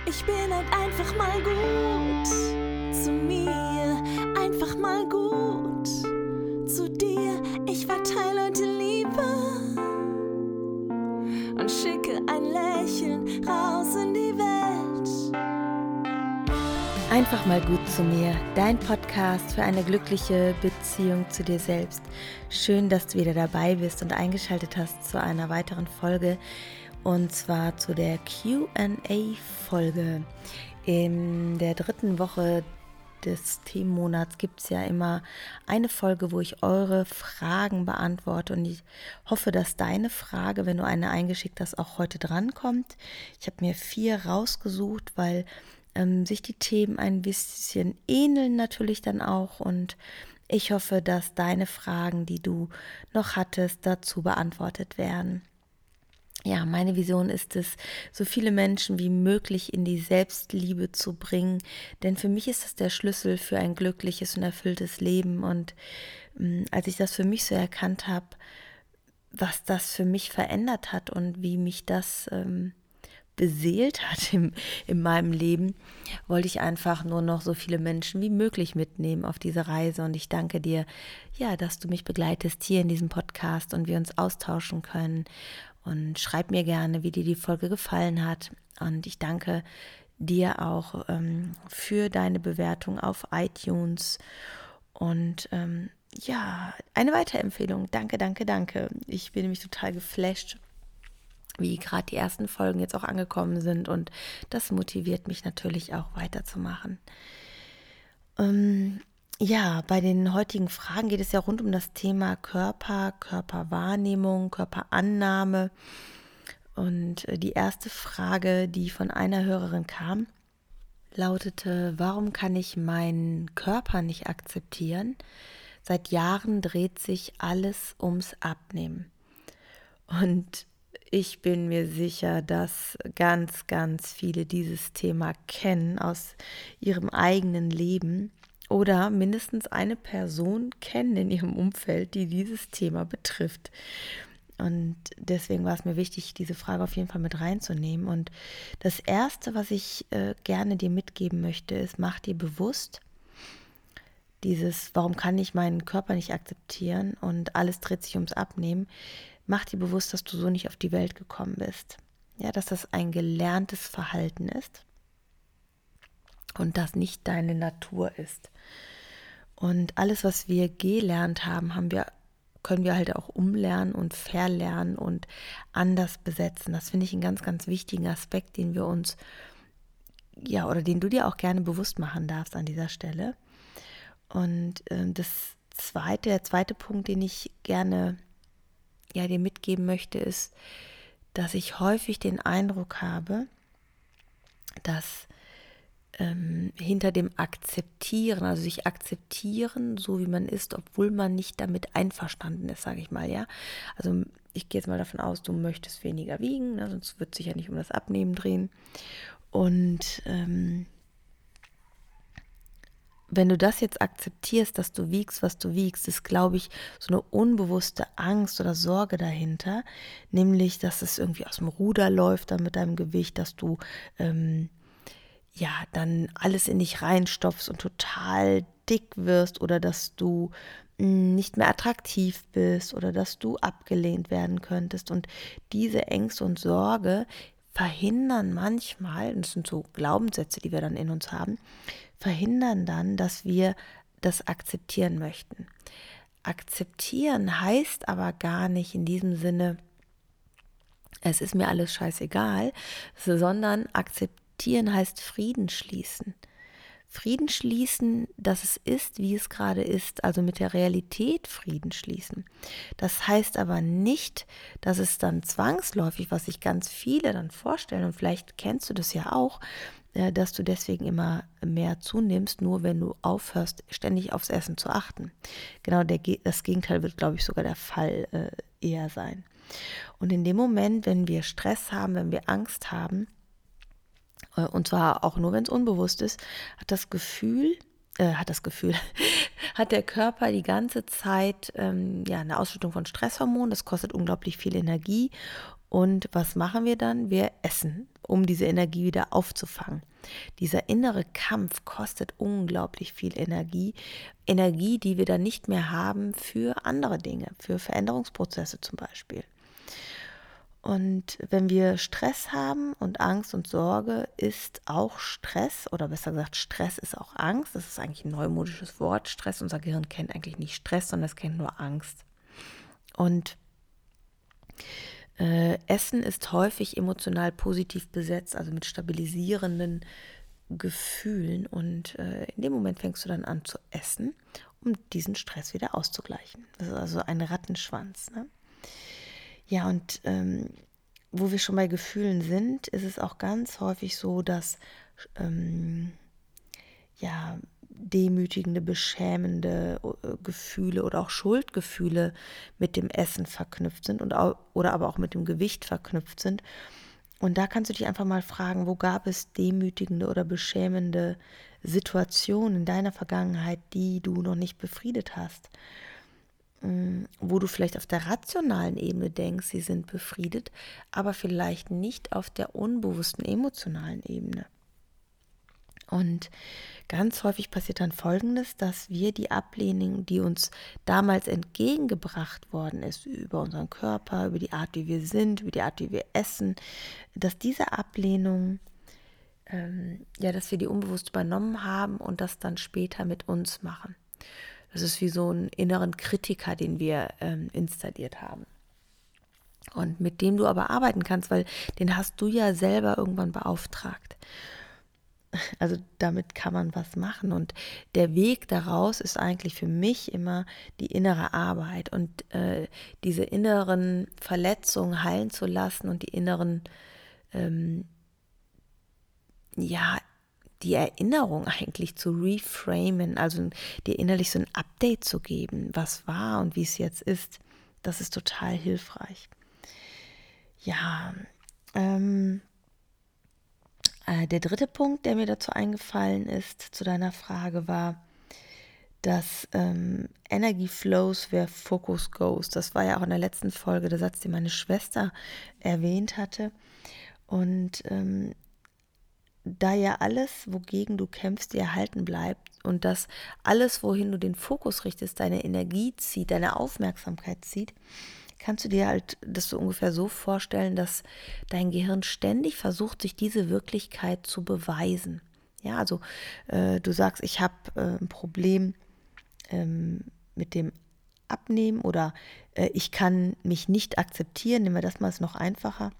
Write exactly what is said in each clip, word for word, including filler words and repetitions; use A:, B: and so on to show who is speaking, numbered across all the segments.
A: Ich bin halt einfach mal gut zu mir, einfach mal gut zu dir. Ich verteile heute Liebe und schicke ein Lächeln raus in die Welt.
B: Einfach mal gut zu mir, dein Podcast für eine glückliche Beziehung zu dir selbst. Schön, dass du wieder dabei bist und eingeschaltet hast zu einer weiteren Folge, und zwar zu der Q and A-Folge. In der dritten Woche des Themenmonats gibt es ja immer eine Folge, wo ich eure Fragen beantworte, und ich hoffe, dass deine Frage, wenn du eine eingeschickt hast, auch heute drankommt. Ich habe mir vier rausgesucht, weil ähm, sich die Themen ein bisschen ähneln natürlich dann auch, und ich hoffe, dass deine Fragen, die du noch hattest, dazu beantwortet werden. Ja, meine Vision ist es, so viele Menschen wie möglich in die Selbstliebe zu bringen, denn für mich ist das der Schlüssel für ein glückliches und erfülltes Leben. Und mh, als ich das für mich so erkannt habe, was das für mich verändert hat und wie mich das ähm, beseelt hat im, in meinem Leben, wollte ich einfach nur noch so viele Menschen wie möglich mitnehmen auf diese Reise. Und ich danke dir, ja, dass du mich begleitest hier in diesem Podcast und wir uns austauschen können. Und schreib mir gerne, wie dir die Folge gefallen hat. Und ich danke dir auch ähm, für deine Bewertung auf iTunes. Und ähm, ja, eine Weiterempfehlung. Danke, danke, danke. Ich bin nämlich total geflasht, wie gerade die ersten Folgen jetzt auch angekommen sind. Und das motiviert mich natürlich auch weiterzumachen. Ähm, ja, bei den heutigen Fragen geht es ja rund um das Thema Körper, Körperwahrnehmung, Körperannahme. Und äh, die erste Frage, die von einer Hörerin kam, lautete: Warum kann ich meinen Körper nicht akzeptieren? Seit Jahren dreht sich alles ums Abnehmen. Und ich bin mir sicher, dass ganz, ganz viele dieses Thema kennen aus ihrem eigenen Leben oder mindestens eine Person kennen in ihrem Umfeld, die dieses Thema betrifft. Und deswegen war es mir wichtig, diese Frage auf jeden Fall mit reinzunehmen. Und das Erste, was ich äh, gerne dir mitgeben möchte, ist: Mach dir bewusst, dieses, warum kann ich meinen Körper nicht akzeptieren und alles dreht sich ums Abnehmen, mach dir bewusst, dass du so nicht auf die Welt gekommen bist. Ja, dass das ein gelerntes Verhalten ist und das nicht deine Natur ist. Und alles, was wir gelernt haben, haben wir, können wir halt auch umlernen und verlernen und anders besetzen. Das finde ich einen ganz, ganz wichtigen Aspekt, den wir uns, ja, oder den du dir auch gerne bewusst machen darfst an dieser Stelle. Und äh, das zweite, der zweite Punkt, den ich gerne ja, dir mitgeben möchte, ist, dass ich häufig den Eindruck habe, dass ähm, hinter dem Akzeptieren, also sich akzeptieren, so wie man ist, obwohl man nicht damit einverstanden ist, sage ich mal, ja. Also ich gehe jetzt mal davon aus, du möchtest weniger wiegen, ne, sonst wird es sich ja nicht um das Abnehmen drehen. Und ähm, wenn du das jetzt akzeptierst, dass du wiegst, was du wiegst, ist, glaube ich, so eine unbewusste Angst oder Sorge dahinter, nämlich, dass es irgendwie aus dem Ruder läuft dann mit deinem Gewicht, dass du ähm, ja dann alles in dich reinstopfst und total dick wirst, oder dass du mh, nicht mehr attraktiv bist oder dass du abgelehnt werden könntest. Und diese Ängste und Sorge verhindern manchmal, das sind so Glaubenssätze, die wir dann in uns haben, verhindern dann, dass wir das akzeptieren möchten. Akzeptieren heißt aber gar nicht in diesem Sinne, es ist mir alles scheißegal, sondern akzeptieren heißt Frieden schließen. Frieden schließen, dass es ist, wie es gerade ist, also mit der Realität Frieden schließen. Das heißt aber nicht, dass es dann zwangsläufig, was sich ganz viele dann vorstellen, und vielleicht kennst du das ja auch, dass du deswegen immer mehr zunimmst, nur wenn du aufhörst, ständig aufs Essen zu achten. Genau der, das Gegenteil wird, glaube ich, sogar der Fall äh, eher sein. Und in dem Moment, wenn wir Stress haben, wenn wir Angst haben, äh, und zwar auch nur, wenn es unbewusst ist, hat das Gefühl, äh, hat das Gefühl, hat der Körper die ganze Zeit ähm, ja, eine Ausschüttung von Stresshormonen. Das kostet unglaublich viel Energie. Und was machen wir dann? Wir essen, um diese Energie wieder aufzufangen. Dieser innere Kampf kostet unglaublich viel Energie. Energie, die wir dann nicht mehr haben für andere Dinge, für Veränderungsprozesse zum Beispiel. Und wenn wir Stress haben und Angst und Sorge, ist auch Stress, oder besser gesagt, Stress ist auch Angst. Das ist eigentlich ein neumodisches Wort. Stress, unser Gehirn kennt eigentlich nicht Stress, sondern es kennt nur Angst. Und äh, Essen ist häufig emotional positiv besetzt, also mit stabilisierenden Gefühlen. Und äh, in dem Moment fängst du dann an zu essen, um diesen Stress wieder auszugleichen. Das ist also ein Rattenschwanz, ne? Ja, und ähm, wo wir schon bei Gefühlen sind, ist es auch ganz häufig so, dass ähm, ja, demütigende, beschämende äh, Gefühle oder auch Schuldgefühle mit dem Essen verknüpft sind und auch, oder aber auch mit dem Gewicht verknüpft sind. Und da kannst du dich einfach mal fragen, wo gab es demütigende oder beschämende Situationen in deiner Vergangenheit, die du noch nicht befriedet hast? Wo du vielleicht auf der rationalen Ebene denkst, sie sind befriedet, aber vielleicht nicht auf der unbewussten emotionalen Ebene. Und ganz häufig passiert dann Folgendes, dass wir die Ablehnung, die uns damals entgegengebracht worden ist, über unseren Körper, über die Art, wie wir sind, über die Art, wie wir essen, dass diese Ablehnung, ähm, ja, dass wir die unbewusst übernommen haben und das dann später mit uns machen. Das ist wie so ein inneren Kritiker, den wir ähm, installiert haben. Und mit dem du aber arbeiten kannst, weil den hast du ja selber irgendwann beauftragt. Also damit kann man was machen. Und der Weg daraus ist eigentlich für mich immer die innere Arbeit und äh, diese inneren Verletzungen heilen zu lassen und die inneren, ähm, ja, die Erinnerung eigentlich zu reframen, also dir innerlich so ein Update zu geben, was war und wie es jetzt ist. Das ist total hilfreich. Ja, ähm, äh, der dritte Punkt, der mir dazu eingefallen ist, zu deiner Frage, war, dass ähm, Energy flows where focus goes. Das war ja auch in der letzten Folge der Satz, den meine Schwester erwähnt hatte. Und ähm, da ja alles, wogegen du kämpfst, dir erhalten bleibt und dass alles, wohin du den Fokus richtest, deine Energie zieht, deine Aufmerksamkeit zieht, kannst du dir halt das so ungefähr so vorstellen, dass dein Gehirn ständig versucht, sich diese Wirklichkeit zu beweisen. Ja, also äh, du sagst, ich habe äh, ein Problem ähm, mit dem Abnehmen oder äh, ich kann mich nicht akzeptieren, nehmen wir das mal, ist noch einfacher.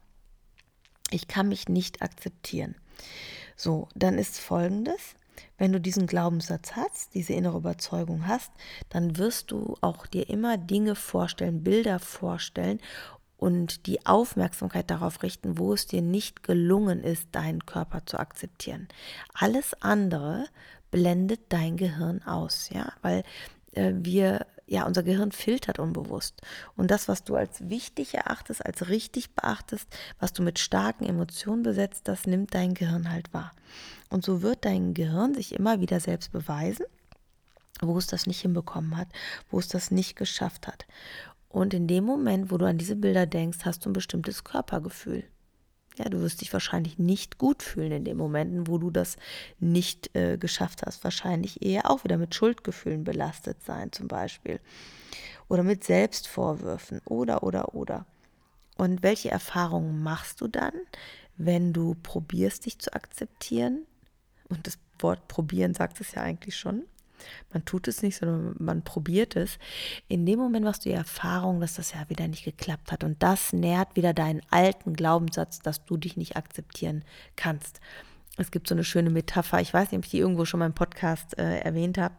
B: Ich kann mich nicht akzeptieren. So, dann ist Folgendes, wenn du diesen Glaubenssatz hast, diese innere Überzeugung hast, dann wirst du auch dir immer Dinge vorstellen, Bilder vorstellen und die Aufmerksamkeit darauf richten, wo es dir nicht gelungen ist, deinen Körper zu akzeptieren. Alles andere blendet dein Gehirn aus, ja, weil äh, wir Ja, unser Gehirn filtert unbewusst. Und das, was du als wichtig erachtest, als richtig beachtest, was du mit starken Emotionen besetzt, das nimmt dein Gehirn halt wahr. Und so wird dein Gehirn sich immer wieder selbst beweisen, wo es das nicht hinbekommen hat, wo es das nicht geschafft hat. Und in dem Moment, wo du an diese Bilder denkst, hast du ein bestimmtes Körpergefühl. Ja, du wirst dich wahrscheinlich nicht gut fühlen in den Momenten, wo du das nicht äh, geschafft hast. Wahrscheinlich eher auch wieder mit Schuldgefühlen belastet sein zum Beispiel. Oder mit Selbstvorwürfen oder, oder, oder. Und welche Erfahrungen machst du dann, wenn du probierst, dich zu akzeptieren? Und das Wort probieren sagt es ja eigentlich schon. Man tut es nicht, sondern man probiert es. In dem Moment machst du die Erfahrung, dass das ja wieder nicht geklappt hat. Und das nährt wieder deinen alten Glaubenssatz, dass du dich nicht akzeptieren kannst. Es gibt so eine schöne Metapher, ich weiß nicht, ob ich die irgendwo schon mal im Podcast äh, erwähnt habe.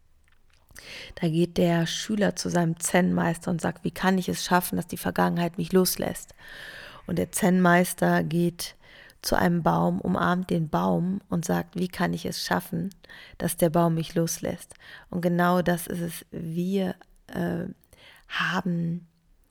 B: Da geht der Schüler zu seinem Zen-Meister und sagt, wie kann ich es schaffen, dass die Vergangenheit mich loslässt? Und der Zen-Meister geht zu einem Baum, umarmt den Baum und sagt, wie kann ich es schaffen, dass der Baum mich loslässt? Und genau das ist es. Wir äh, haben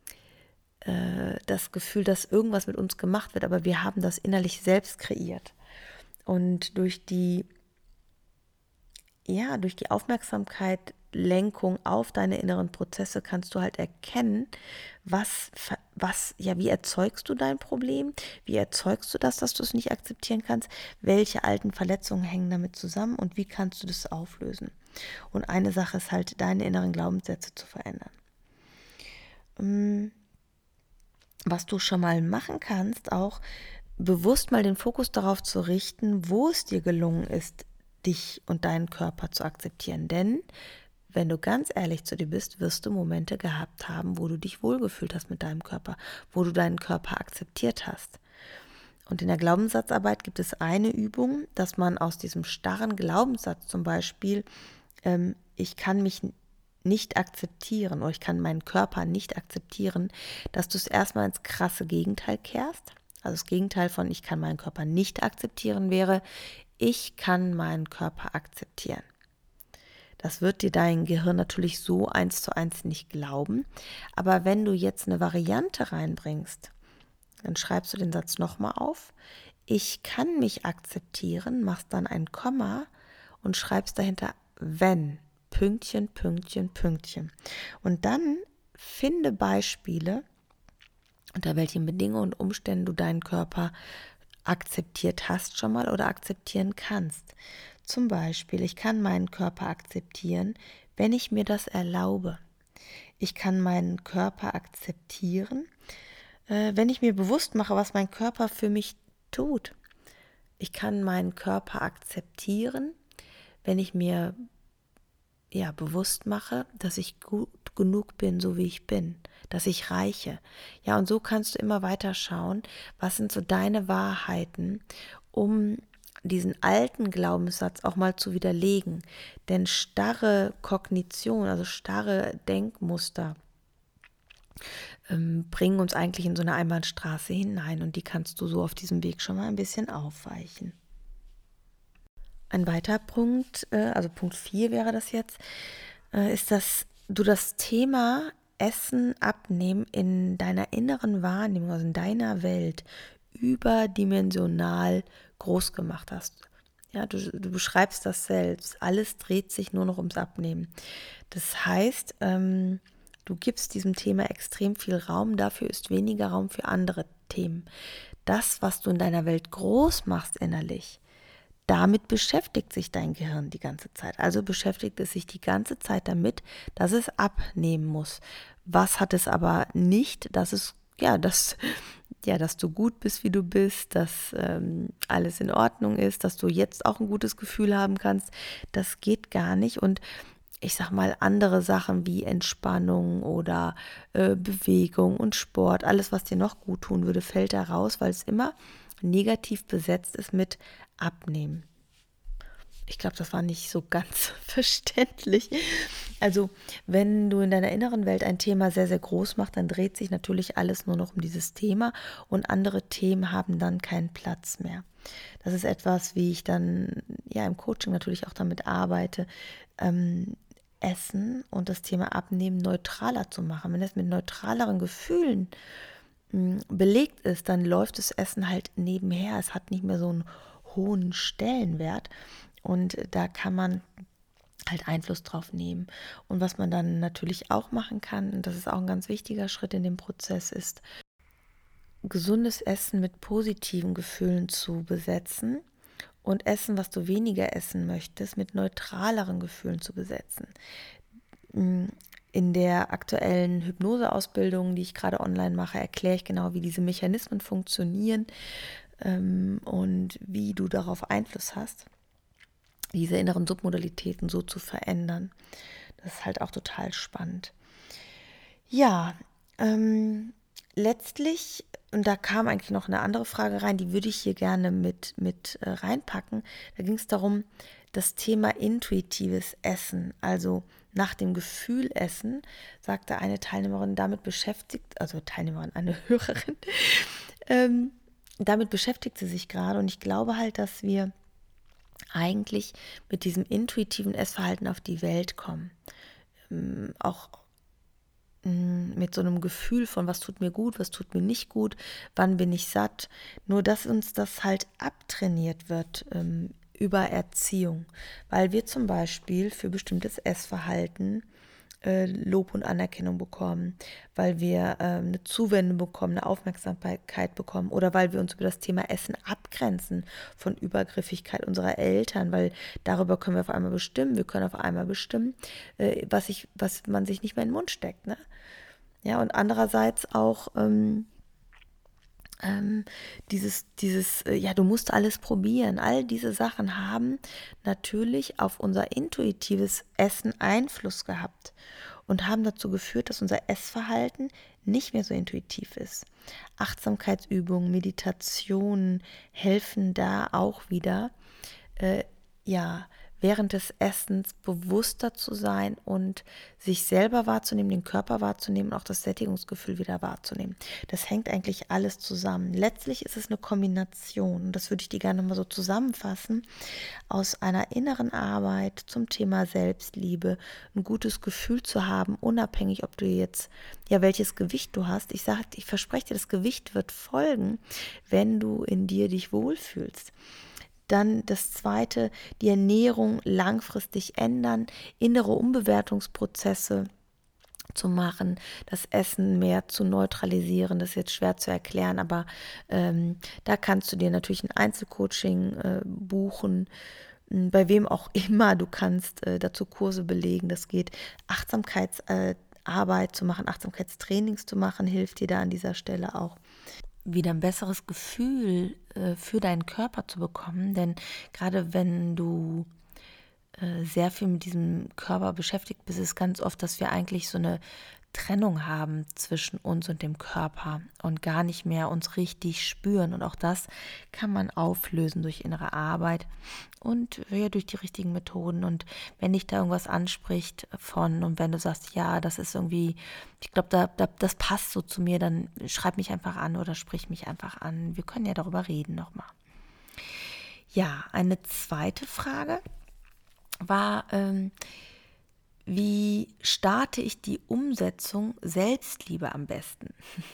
B: äh, das Gefühl, dass irgendwas mit uns gemacht wird, aber wir haben das innerlich selbst kreiert. Und durch die, ja, durch die Aufmerksamkeit Lenkung auf deine inneren Prozesse kannst du halt erkennen, was, was, ja, wie erzeugst du dein Problem? Wie erzeugst du das, dass du es nicht akzeptieren kannst? Welche alten Verletzungen hängen damit zusammen und wie kannst du das auflösen? Und eine Sache ist halt, deine inneren Glaubenssätze zu verändern. Was du schon mal machen kannst, auch bewusst mal den Fokus darauf zu richten, wo es dir gelungen ist, dich und deinen Körper zu akzeptieren. Denn wenn du ganz ehrlich zu dir bist, wirst du Momente gehabt haben, wo du dich wohlgefühlt hast mit deinem Körper, wo du deinen Körper akzeptiert hast. Und in der Glaubenssatzarbeit gibt es eine Übung, dass man aus diesem starren Glaubenssatz zum Beispiel, ähm, ich kann mich nicht akzeptieren oder ich kann meinen Körper nicht akzeptieren, dass du es erstmal ins krasse Gegenteil kehrst. Also das Gegenteil von ich kann meinen Körper nicht akzeptieren wäre, ich kann meinen Körper akzeptieren. Das wird dir dein Gehirn natürlich so eins zu eins nicht glauben. Aber wenn du jetzt eine Variante reinbringst, dann schreibst du den Satz nochmal auf. Ich kann mich akzeptieren, machst dann ein Komma und schreibst dahinter wenn, Pünktchen, Pünktchen, Pünktchen. Und dann finde Beispiele, unter welchen Bedingungen und Umständen du deinen Körper akzeptiert hast schon mal oder akzeptieren kannst. Zum Beispiel, ich kann meinen Körper akzeptieren, wenn ich mir das erlaube. Ich kann meinen Körper akzeptieren, äh, wenn ich mir bewusst mache, was mein Körper für mich tut. Ich kann meinen Körper akzeptieren, wenn ich mir ja, bewusst mache, dass ich gut genug bin, so wie ich bin, dass ich reiche. Ja, und so kannst du immer weiter schauen, was sind so deine Wahrheiten, um diesen alten Glaubenssatz auch mal zu widerlegen. Denn starre Kognition, also starre Denkmuster, ähm, bringen uns eigentlich in so eine Einbahnstraße hinein und die kannst du so auf diesem Weg schon mal ein bisschen aufweichen. Ein weiterer Punkt, also Punkt vier wäre das jetzt, ist, dass du das Thema Essen, Abnehmen in deiner inneren Wahrnehmung, also in deiner Welt, überdimensional groß gemacht hast. Ja, du, du beschreibst das selbst. Alles dreht sich nur noch ums Abnehmen. Das heißt, ähm, du gibst diesem Thema extrem viel Raum, dafür ist weniger Raum für andere Themen. Das, was du in deiner Welt groß machst innerlich, damit beschäftigt sich dein Gehirn die ganze Zeit. Also beschäftigt es sich die ganze Zeit damit, dass es abnehmen muss. Was hat es aber nicht, dass es, ja, dass, ja, dass du gut bist, wie du bist, dass ähm, alles in Ordnung ist, dass du jetzt auch ein gutes Gefühl haben kannst. Das geht gar nicht. Und ich sag mal, andere Sachen wie Entspannung oder äh, Bewegung und Sport, alles, was dir noch gut tun würde, fällt da raus, weil es immer negativ besetzt ist mit Abnehmen. Ich glaube, das war nicht so ganz verständlich. Also, wenn du in deiner inneren Welt ein Thema sehr, sehr groß machst, dann dreht sich natürlich alles nur noch um dieses Thema und andere Themen haben dann keinen Platz mehr. Das ist etwas, wie ich dann ja im Coaching natürlich auch damit arbeite, ähm, Essen und das Thema Abnehmen neutraler zu machen. Wenn es mit neutraleren Gefühlen mh, belegt ist, dann läuft das Essen halt nebenher. Es hat nicht mehr so einen hohen Stellenwert und da kann man halt Einfluss drauf nehmen. Und was man dann natürlich auch machen kann, und das ist auch ein ganz wichtiger Schritt in dem Prozess, ist, gesundes Essen mit positiven Gefühlen zu besetzen und Essen, was du weniger essen möchtest, mit neutraleren Gefühlen zu besetzen. In der aktuellen Hypnoseausbildung, die ich gerade online mache, erkläre ich genau, wie diese Mechanismen funktionieren ähm, und wie du darauf Einfluss hast, diese inneren Submodalitäten so zu verändern. Das ist halt auch total spannend. Ja, ähm, letztlich, und da kam eigentlich noch eine andere Frage rein, die würde ich hier gerne mit, mit äh, reinpacken. Da ging es darum, das Thema intuitives Essen, also nach dem Gefühl essen, sagte eine Teilnehmerin, damit beschäftigt, also Teilnehmerin, eine Hörerin, ähm, damit beschäftigt sie sich gerade und ich glaube halt, dass wir eigentlich mit diesem intuitiven Essverhalten auf die Welt kommen. Ähm, auch ähm, mit so einem Gefühl von, was tut mir gut, was tut mir nicht gut, wann bin ich satt. Nur, dass uns das halt abtrainiert wird ähm, über Erziehung, weil wir zum Beispiel für bestimmtes Essverhalten äh, Lob und Anerkennung bekommen, weil wir äh, eine Zuwendung bekommen, eine Aufmerksamkeit bekommen oder weil wir uns über das Thema Essen abgrenzen von Übergriffigkeit unserer Eltern, weil darüber können wir auf einmal bestimmen, wir können auf einmal bestimmen, äh, was, ich, was man sich nicht mehr in den Mund steckt. Ne? Ja, und andererseits auch ähm, ähm, dieses, dieses, äh, ja, du musst alles probieren. All diese Sachen haben natürlich auf unser intuitives Essen Einfluss gehabt und haben dazu geführt, dass unser Essverhalten nicht mehr so intuitiv ist. Achtsamkeitsübungen, Meditationen helfen da auch wieder, äh, ja, während des Essens bewusster zu sein und sich selber wahrzunehmen, den Körper wahrzunehmen und auch das Sättigungsgefühl wieder wahrzunehmen. Das hängt eigentlich alles zusammen. Letztlich ist es eine Kombination, und das würde ich dir gerne mal so zusammenfassen, aus einer inneren Arbeit zum Thema Selbstliebe, ein gutes Gefühl zu haben, unabhängig, ob du jetzt, ja, welches Gewicht du hast. Ich sage, ich verspreche dir, das Gewicht wird folgen, wenn du in dir dich wohlfühlst. Dann das zweite, die Ernährung langfristig ändern, innere Umbewertungsprozesse zu machen, das Essen mehr zu neutralisieren. Das ist jetzt schwer zu erklären, aber ähm, da kannst du dir natürlich ein Einzelcoaching äh, buchen, bei wem auch immer. Du kannst äh, dazu Kurse belegen. Das geht, Achtsamkeitsarbeit äh, zu machen, Achtsamkeitstrainings zu machen, hilft dir da an dieser Stelle auch, wieder ein besseres Gefühl äh, für deinen Körper zu bekommen. Denn gerade wenn du äh, sehr viel mit diesem Körper beschäftigt bist, ist es ganz oft, dass wir eigentlich so eine Trennung haben zwischen uns und dem Körper und gar nicht mehr uns richtig spüren. Und auch das kann man auflösen durch innere Arbeit und ja, durch die richtigen Methoden. Und wenn dich da irgendwas anspricht von und wenn du sagst, ja, das ist irgendwie, ich glaube, da, da, das passt so zu mir, dann schreib mich einfach an oder sprich mich einfach an. Wir können ja darüber reden nochmal. Ja, eine zweite Frage war, ähm, wie starte ich die Umsetzung Selbstliebe am besten?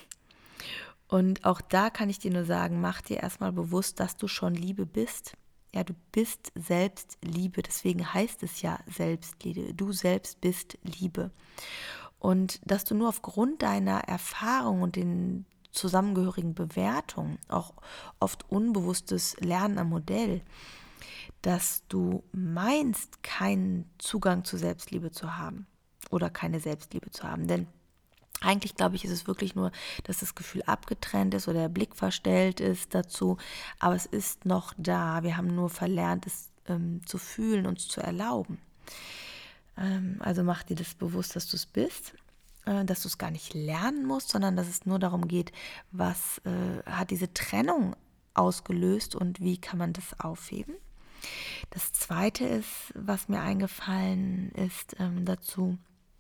B: Und auch da kann ich dir nur sagen, mach dir erstmal bewusst, dass du schon Liebe bist. Ja, du bist selbst Liebe, deswegen heißt es ja Selbstliebe. Du selbst bist Liebe. Und dass du nur aufgrund deiner Erfahrung und den zusammengehörigen Bewertungen, auch oft unbewusstes Lernen am Modell, dass du meinst, keinen Zugang zur Selbstliebe zu haben oder keine Selbstliebe zu haben. Denn eigentlich, glaube ich, ist es wirklich nur, dass das Gefühl abgetrennt ist oder der Blick verstellt ist dazu, aber es ist noch da. Wir haben nur verlernt, es ähm, zu fühlen, uns zu erlauben. Ähm, also mach dir das bewusst, dass du es bist, äh, dass du es gar nicht lernen musst, sondern dass es nur darum geht, was äh, hat diese Trennung ausgelöst und wie kann man das aufheben. Das Zweite ist, was mir eingefallen ist ähm, dazu,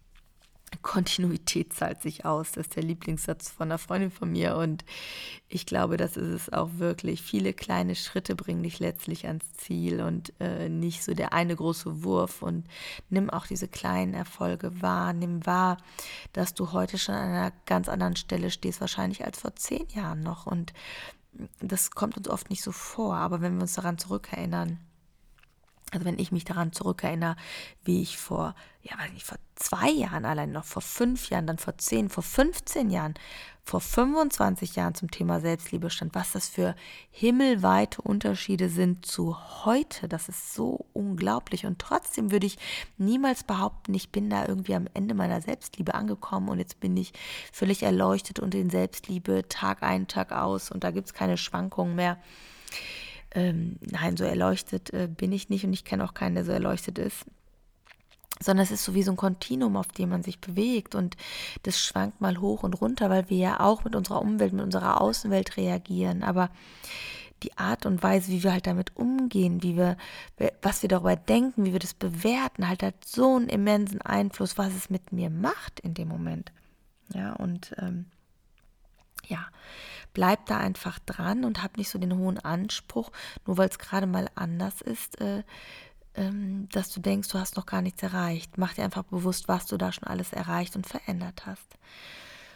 B: Kontinuität zahlt sich aus. Das ist der Lieblingssatz von einer Freundin von mir und ich glaube, das ist es auch wirklich. Viele kleine Schritte bringen dich letztlich ans Ziel und äh, nicht so der eine große Wurf, und nimm auch diese kleinen Erfolge wahr. Nimm wahr, dass du heute schon an einer ganz anderen Stelle stehst, wahrscheinlich als vor zehn Jahren noch, und das kommt uns oft nicht so vor, aber wenn wir uns daran zurückerinnern, also wenn ich mich daran zurückerinnere, wie ich vor, ja weiß nicht, vor zwei Jahren allein noch, vor fünf Jahren, dann vor zehn, vor fünfzehn Jahren, vor fünfundzwanzig Jahren zum Thema Selbstliebe stand, was das für himmelweite Unterschiede sind zu heute, das ist so unglaublich. Und trotzdem würde ich niemals behaupten, ich bin da irgendwie am Ende meiner Selbstliebe angekommen und jetzt bin ich völlig erleuchtet und in Selbstliebe Tag ein, Tag aus und da gibt es keine Schwankungen mehr. Ähm, nein, so erleuchtet äh, bin ich nicht und ich kenne auch keinen, der so erleuchtet ist, sondern es ist so wie so ein Kontinuum, auf dem man sich bewegt und das schwankt mal hoch und runter, weil wir ja auch mit unserer Umwelt, mit unserer Außenwelt reagieren, aber die Art und Weise, wie wir halt damit umgehen, wie wir, was wir darüber denken, wie wir das bewerten, halt hat so einen immensen Einfluss, was es mit mir macht in dem Moment. Ja, und ähm, ja, bleib da einfach dran und hab nicht so den hohen Anspruch, nur weil es gerade mal anders ist, äh, ähm, dass du denkst, du hast noch gar nichts erreicht. Mach dir einfach bewusst, was du da schon alles erreicht und verändert hast.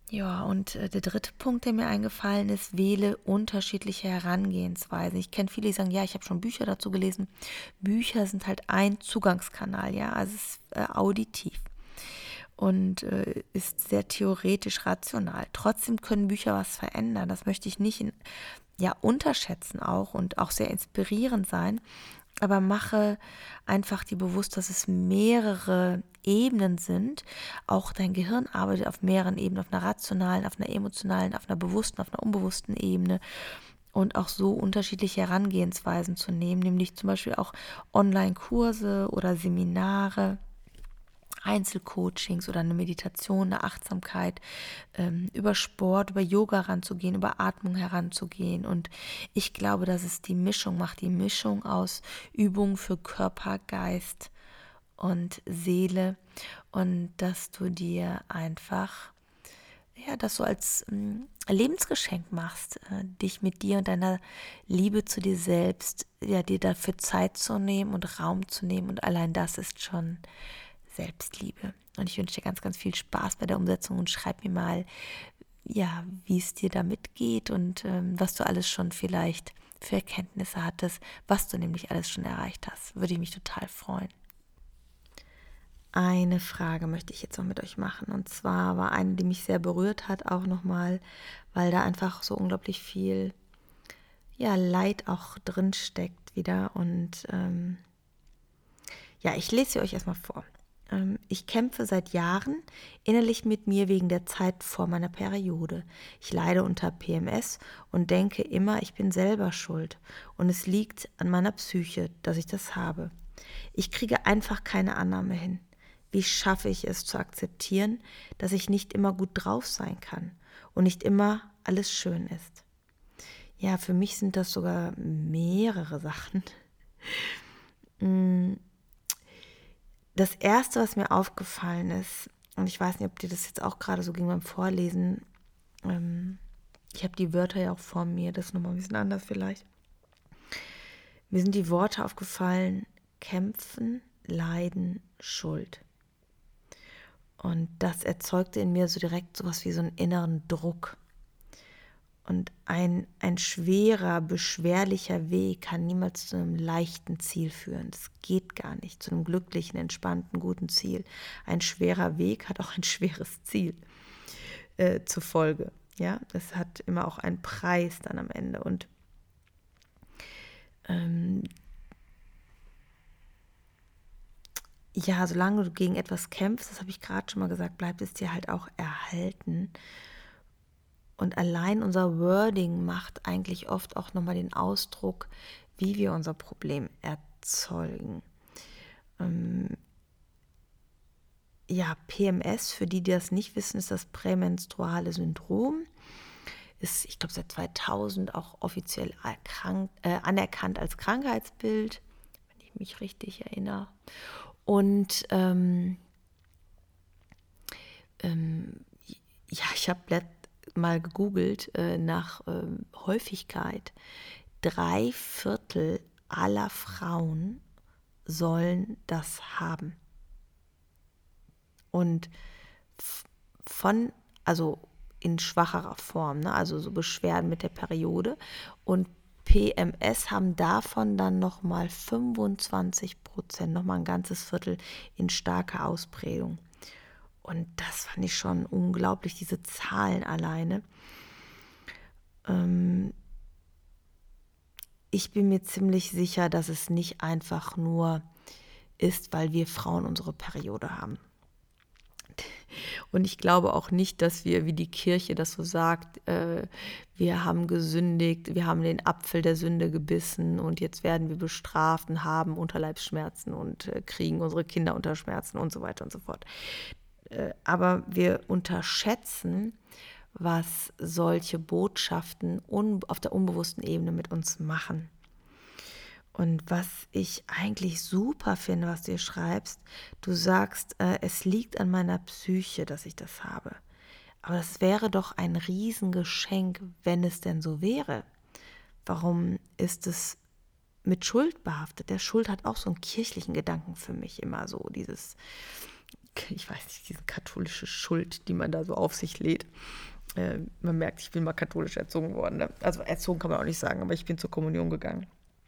B: Ja, und äh, der dritte Punkt, der mir eingefallen ist, wähle unterschiedliche Herangehensweisen. Ich kenne viele, die sagen, ja, ich habe schon Bücher dazu gelesen. Bücher sind halt ein Zugangskanal, ja, also es ist äh, auditiv und äh, ist sehr theoretisch rational. Trotzdem können Bücher was verändern. Das möchte ich nicht in, ja, unterschätzen auch und auch sehr inspirierend sein. Aber mache einfach dir bewusst, dass es mehrere Ebenen sind. Auch dein Gehirn arbeitet auf mehreren Ebenen, auf einer rationalen, auf einer emotionalen, auf einer bewussten, auf einer unbewussten Ebene. Und auch so unterschiedliche Herangehensweisen zu nehmen, nämlich zum Beispiel auch Online-Kurse oder Seminare, Einzelcoachings oder eine Meditation, eine Achtsamkeit, ähm, über Sport, über Yoga ranzugehen, über Atmung heranzugehen. Und ich glaube, dass es die Mischung macht, die Mischung aus Übungen für Körper, Geist und Seele und dass du dir einfach, ja, das so als ähm, Lebensgeschenk machst, äh, dich mit dir und deiner Liebe zu dir selbst, ja, dir dafür Zeit zu nehmen und Raum zu nehmen und allein das ist schon Selbstliebe. Und ich wünsche dir ganz, ganz viel Spaß bei der Umsetzung und schreib mir mal, ja, wie es dir damit geht und ähm, was du alles schon vielleicht für Erkenntnisse hattest, was du nämlich alles schon erreicht hast. Würde ich mich total freuen. Eine Frage möchte ich jetzt noch mit euch machen. Und zwar war eine, die mich sehr berührt hat, auch nochmal, weil da einfach so unglaublich viel, ja, Leid auch drin steckt wieder. Und ähm, ja, ich lese sie euch erstmal vor. Ich kämpfe seit Jahren innerlich mit mir wegen der Zeit vor meiner Periode. Ich leide unter P M S und denke immer, ich bin selber schuld. Und es liegt an meiner Psyche, dass ich das habe. Ich kriege einfach keine Annahme hin. Wie schaffe ich es zu akzeptieren, dass ich nicht immer gut drauf sein kann und nicht immer alles schön ist? Ja, für mich sind das sogar mehrere Sachen. Das Erste, was mir aufgefallen ist, und ich weiß nicht, ob dir das jetzt auch gerade so ging beim Vorlesen, ähm, ich habe die Wörter ja auch vor mir, das ist nochmal ein bisschen anders vielleicht. Mir sind die Worte aufgefallen, kämpfen, leiden, Schuld. Und das erzeugte in mir so direkt sowas wie so einen inneren Druck. Und ein, ein schwerer, beschwerlicher Weg kann niemals zu einem leichten Ziel führen. Das geht gar nicht, zu einem glücklichen, entspannten, guten Ziel. Ein schwerer Weg hat auch ein schweres Ziel äh, zur Folge. Ja, es hat immer auch einen Preis dann am Ende. Und ähm, ja, solange du gegen etwas kämpfst, das habe ich gerade schon mal gesagt, bleibt es dir halt auch erhalten. Und allein unser Wording macht eigentlich oft auch nochmal den Ausdruck, wie wir unser Problem erzeugen. Ähm, ja, P M S, für die, die das nicht wissen, ist das prämenstruale Syndrom. Ist, ich glaube, seit zweitausend auch offiziell erkrankt, äh, anerkannt als Krankheitsbild, wenn ich mich richtig erinnere. Und ähm, ähm, ja, ich habe mal gegoogelt äh, nach äh, Häufigkeit. Drei Viertel aller Frauen sollen das haben. Und f- von, also in schwacherer Form, ne? Also so Beschwerden mit der Periode. Und P M S haben davon dann nochmal fünfundzwanzig Prozent, nochmal ein ganzes Viertel in starker Ausprägung. Und das fand ich schon unglaublich, diese Zahlen alleine. Ähm, ich bin mir ziemlich sicher, dass es nicht einfach nur ist, weil wir Frauen unsere Periode haben. Und ich glaube auch nicht, dass wir, wie die Kirche das so sagt, äh, wir haben gesündigt, wir haben den Apfel der Sünde gebissen und jetzt werden wir bestraft und haben Unterleibsschmerzen und äh, kriegen unsere Kinder unter Schmerzen und so weiter und so fort. Äh, aber wir unterschätzen, was solche Botschaften un- auf der unbewussten Ebene mit uns machen. Und was ich eigentlich super finde, was du hier schreibst, du sagst, äh, es liegt an meiner Psyche, dass ich das habe. Aber das wäre doch ein Riesengeschenk, wenn es denn so wäre. Warum ist es mit Schuld behaftet? Der Schuld hat auch so einen kirchlichen Gedanken für mich immer so, dieses ich weiß nicht, diese katholische Schuld, die man da so auf sich lädt. Äh, man merkt, ich bin mal katholisch erzogen worden. Ne? Also erzogen kann man auch nicht sagen, aber ich bin zur Kommunion gegangen.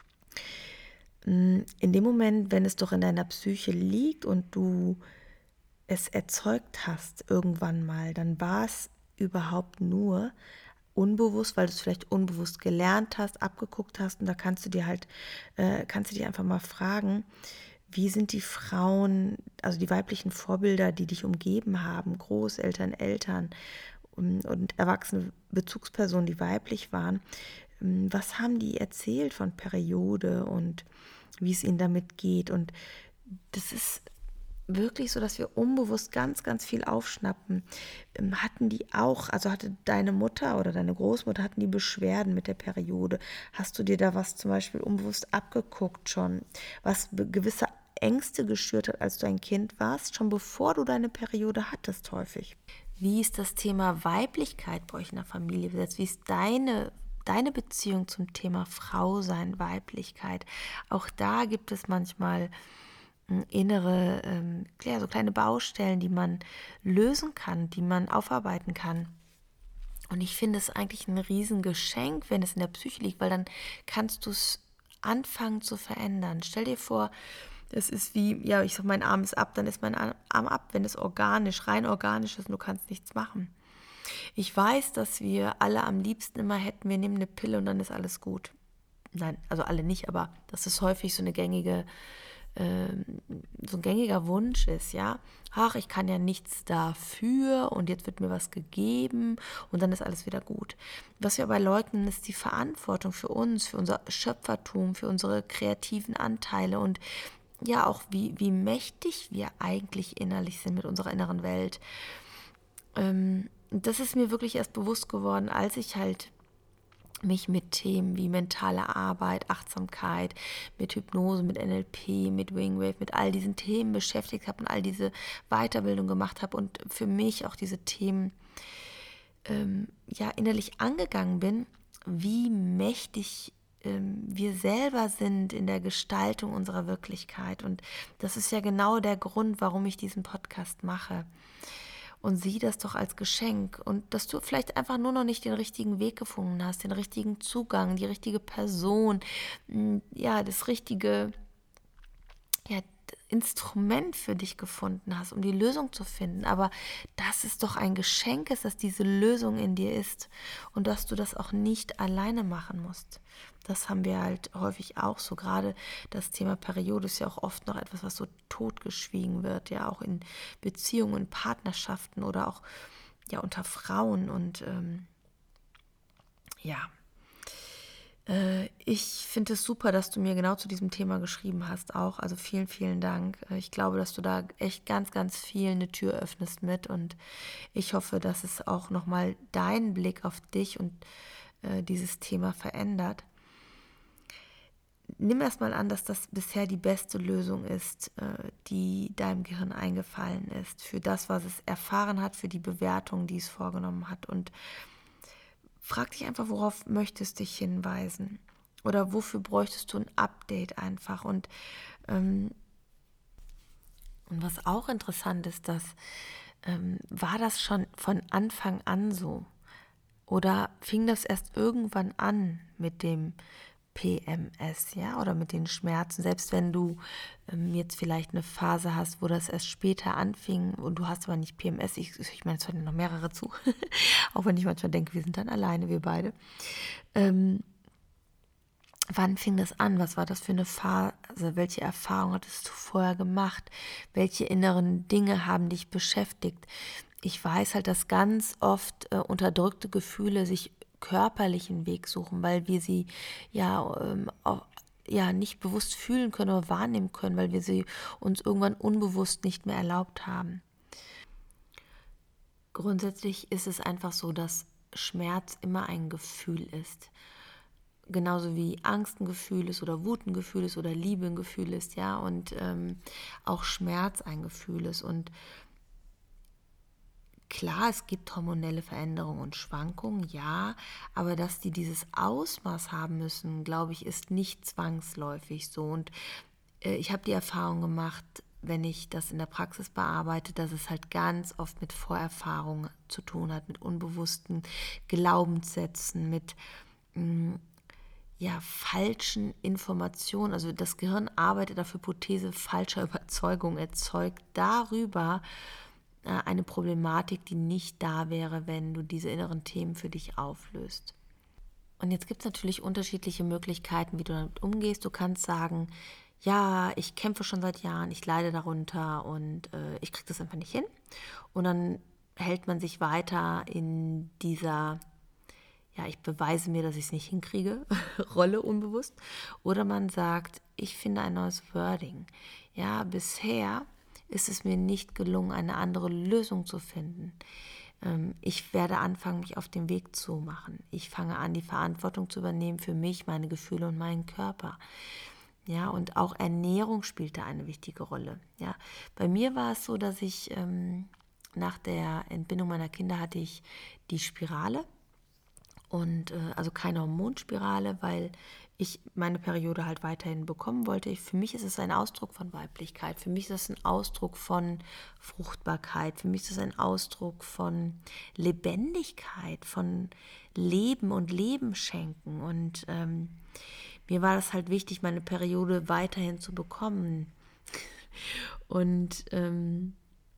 B: In dem Moment, wenn es doch in deiner Psyche liegt und du es erzeugt hast irgendwann mal, dann war es überhaupt nur unbewusst, weil du es vielleicht unbewusst gelernt hast, abgeguckt hast, und da kannst du dir halt, äh, kannst du dir einfach mal fragen, wie sind die Frauen, also die weiblichen Vorbilder, die dich umgeben haben, Großeltern, Eltern und, und erwachsene Bezugspersonen, die weiblich waren, was haben die erzählt von Periode und wie es ihnen damit geht? Und das ist wirklich so, dass wir unbewusst ganz, ganz viel aufschnappen. Hatten die auch, also hatte deine Mutter oder deine Großmutter, hatten die Beschwerden mit der Periode? Hast du dir da was zum Beispiel unbewusst abgeguckt schon, was gewisse Ängste geschürt hat, als du ein Kind warst, schon bevor du deine Periode hattest häufig? Wie ist das Thema Weiblichkeit bei euch in der Familie besetzt? Wie ist deine Deine Beziehung zum Thema Frau sein, Weiblichkeit? Auch da gibt es manchmal äh, innere, ähm, ja, so kleine Baustellen, die man lösen kann, die man aufarbeiten kann. Und ich finde es eigentlich ein Riesengeschenk, wenn es in der Psyche liegt, weil dann kannst du es anfangen zu verändern. Stell dir vor, es ist wie, ja, ich sag, mein Arm ist ab, dann ist mein Arm ab, wenn es organisch, rein organisch ist und du kannst nichts machen. Ich weiß, dass wir alle am liebsten immer hätten, wir nehmen eine Pille und dann ist alles gut. Nein, also alle nicht, aber dass es häufig so eine gängige, äh, so ein gängiger Wunsch ist, ja. Ach, ich kann ja nichts dafür und jetzt wird mir was gegeben und dann ist alles wieder gut. Was wir aber leugnen, ist die Verantwortung für uns, für unser Schöpfertum, für unsere kreativen Anteile und ja auch, wie, wie mächtig wir eigentlich innerlich sind mit unserer inneren Welt. Ähm, Das ist mir wirklich erst bewusst geworden, als ich halt mich mit Themen wie mentale Arbeit, Achtsamkeit, mit Hypnose, mit N L P, mit Wingwave, mit all diesen Themen beschäftigt habe und all diese Weiterbildung gemacht habe und für mich auch diese Themen ähm, ja innerlich angegangen bin, wie mächtig ähm, wir selber sind in der Gestaltung unserer Wirklichkeit. Und das ist ja genau der Grund, warum ich diesen Podcast mache. Und sieh das doch als Geschenk und dass du vielleicht einfach nur noch nicht den richtigen Weg gefunden hast, den richtigen Zugang, die richtige Person, ja, das richtige ja, Instrument für dich gefunden hast, um die Lösung zu finden. Aber dass es doch ein Geschenk ist, dass diese Lösung in dir ist und dass du das auch nicht alleine machen musst. Das haben wir halt häufig auch so. Gerade das Thema Periode ist ja auch oft noch etwas, was so totgeschwiegen wird, ja, auch in Beziehungen, Partnerschaften oder auch ja unter Frauen. Und ähm, ja, ich finde es super, dass du mir genau zu diesem Thema geschrieben hast auch. Also vielen, vielen Dank. Ich glaube, dass du da echt ganz, ganz viel eine Tür öffnest mit und ich hoffe, dass es auch nochmal deinen Blick auf dich und äh, dieses Thema verändert. Nimm erstmal an, dass das bisher die beste Lösung ist, äh, die deinem Gehirn eingefallen ist, für das, was es erfahren hat, für die Bewertung, die es vorgenommen hat. Und frag dich einfach, worauf möchtest du dich hinweisen? Oder wofür bräuchtest du ein Update einfach? Und, ähm, und was auch interessant ist, dass ähm, war das schon von Anfang an so? Oder fing das erst irgendwann an mit dem P M S, ja, oder mit den Schmerzen, selbst wenn du ähm, jetzt vielleicht eine Phase hast, wo das erst später anfing und du hast aber nicht P M S, ich, ich meine, es hören noch mehrere zu, auch wenn ich manchmal denke, wir sind dann alleine, wir beide. Ähm, wann fing das an? Was war das für eine Phase? Welche Erfahrungen hattest du vorher gemacht? Welche inneren Dinge haben dich beschäftigt? Ich weiß halt, dass ganz oft äh, unterdrückte Gefühle sich körperlichen Weg suchen, weil wir sie ja, ähm, auch, ja nicht bewusst fühlen können oder wahrnehmen können, weil wir sie uns irgendwann unbewusst nicht mehr erlaubt haben. Grundsätzlich ist es einfach so, dass Schmerz immer ein Gefühl ist. Genauso wie Angst ein Gefühl ist oder Wut ein Gefühl ist oder Liebe ein Gefühl ist, ja, und ähm, auch Schmerz ein Gefühl ist. Und klar, es gibt hormonelle Veränderungen und Schwankungen, ja, aber dass die dieses Ausmaß haben müssen, glaube ich, ist nicht zwangsläufig so. Und äh, ich habe die Erfahrung gemacht, wenn ich das in der Praxis bearbeite, dass es halt ganz oft mit Vorerfahrung zu tun hat, mit unbewussten Glaubenssätzen, mit mh, ja, falschen Informationen. Also das Gehirn arbeitet auf Hypothese falscher Überzeugung, erzeugt darüber äh, eine Problematik, die nicht da wäre, wenn du diese inneren Themen für dich auflöst. Und jetzt gibt es natürlich unterschiedliche Möglichkeiten, wie du damit umgehst. Du kannst sagen, ja, ich kämpfe schon seit Jahren, ich leide darunter und äh, ich kriege das einfach nicht hin. Und dann hält man sich weiter in dieser, ja, ich beweise mir, dass ich es nicht hinkriege, Rolle unbewusst. Oder man sagt, ich finde ein neues Wording. Ja, bisher ist es mir nicht gelungen, eine andere Lösung zu finden. Ich werde anfangen, mich auf den Weg zu machen. Ich fange an, die Verantwortung zu übernehmen für mich, meine Gefühle und meinen Körper. Ja, und auch Ernährung spielte eine wichtige Rolle. Ja, bei mir war es so, dass ich ähm, nach der Entbindung meiner Kinder hatte ich die Spirale und äh, also keine Hormonspirale, weil ich meine Periode halt weiterhin bekommen wollte. Ich, für mich ist es ein Ausdruck von Weiblichkeit. Für mich ist es ein Ausdruck von Fruchtbarkeit. Für mich ist es ein Ausdruck von Lebendigkeit, von Leben und Leben schenken. Und ähm, mir war das halt wichtig, meine Periode weiterhin zu bekommen. Und ähm,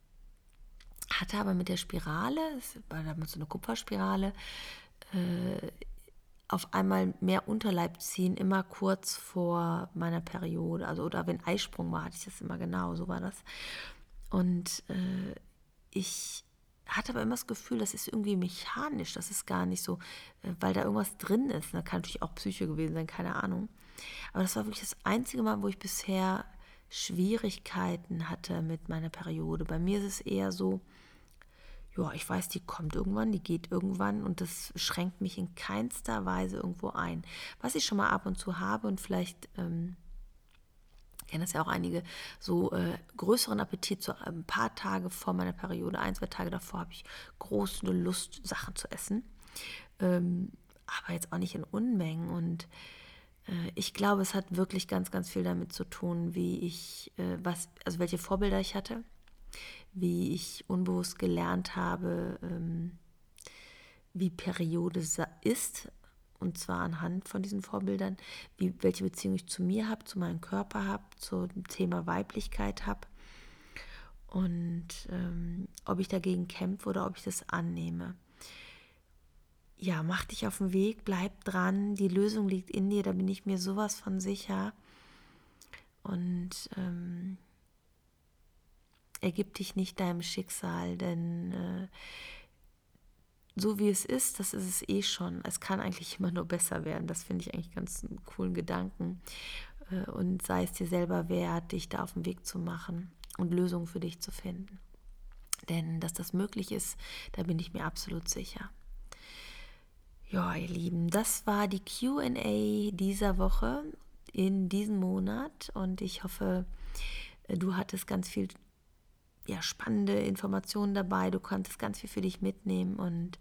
B: hatte aber mit der Spirale, es war damals so eine Kupferspirale, äh, auf einmal mehr Unterleib ziehen, immer kurz vor meiner Periode. Also, oder wenn Eisprung war, hatte ich das immer genau, so war das. Und äh, ich hatte aber immer das Gefühl, das ist irgendwie mechanisch, das ist gar nicht so, äh, weil da irgendwas drin ist. Da kann natürlich auch Psyche gewesen sein, keine Ahnung. Aber das war wirklich das einzige Mal, wo ich bisher Schwierigkeiten hatte mit meiner Periode. Bei mir ist es eher so, ja, ich weiß, die kommt irgendwann, die geht irgendwann und das schränkt mich in keinster Weise irgendwo ein. Was ich schon mal ab und zu habe und vielleicht ähm, kennen das ja auch einige, so äh, größeren Appetit, so ein paar Tage vor meiner Periode, ein, zwei Tage davor habe ich große Lust, Sachen zu essen, ähm, aber jetzt auch nicht in Unmengen und äh, ich glaube, es hat wirklich ganz, ganz viel damit zu tun, wie ich, äh, was, also welche Vorbilder ich hatte, wie ich unbewusst gelernt habe, ähm, wie Periode ist, und zwar anhand von diesen Vorbildern, wie, welche Beziehung ich zu mir habe, zu meinem Körper habe, zum Thema Weiblichkeit habe und ähm, ob ich dagegen kämpfe oder ob ich das annehme. Ja, mach dich auf den Weg, bleib dran, die Lösung liegt in dir, da bin ich mir sowas von sicher und ähm, ergib dich nicht deinem Schicksal, denn äh, so wie es ist, das ist es eh schon. Es kann eigentlich immer nur besser werden. Das finde ich eigentlich ganz einen coolen Gedanken. Äh, und sei es dir selber wert, dich da auf den Weg zu machen und Lösungen für dich zu finden. Denn dass das möglich ist, da bin ich mir absolut sicher. Ja, ihr Lieben, das war die Q and A dieser Woche in diesem Monat und ich hoffe, du hattest ganz viel ja, spannende Informationen dabei, du konntest ganz viel für dich mitnehmen und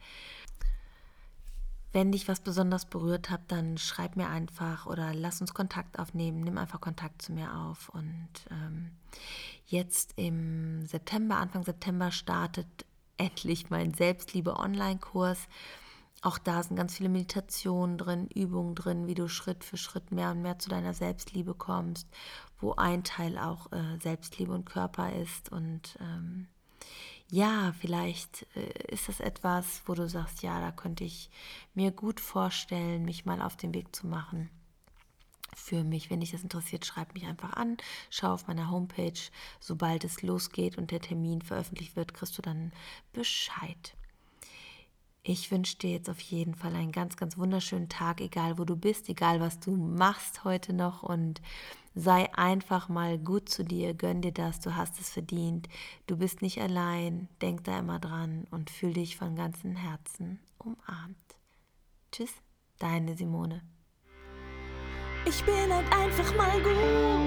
B: wenn dich was besonders berührt hat, dann schreib mir einfach oder lass uns Kontakt aufnehmen, nimm einfach Kontakt zu mir auf und ähm, jetzt im September, Anfang September startet endlich mein Selbstliebe-Online-Kurs. Auch da sind ganz viele Meditationen drin, Übungen drin, wie du Schritt für Schritt mehr und mehr zu deiner Selbstliebe kommst, wo ein Teil auch äh, Selbstliebe und Körper ist. Und ähm, ja, vielleicht äh, ist das etwas, wo du sagst, ja, da könnte ich mir gut vorstellen, mich mal auf den Weg zu machen. Für mich, wenn dich das interessiert, schreib mich einfach an, schau auf meiner Homepage. Sobald es losgeht und der Termin veröffentlicht wird, kriegst du dann Bescheid. Ich wünsche dir jetzt auf jeden Fall einen ganz, ganz wunderschönen Tag, egal wo du bist, egal was du machst heute noch und sei einfach mal gut zu dir, gönn dir das, du hast es verdient, du bist nicht allein, denk da immer dran und fühl dich von ganzem Herzen umarmt. Tschüss, deine Simone.
A: Ich bin halt einfach mal gut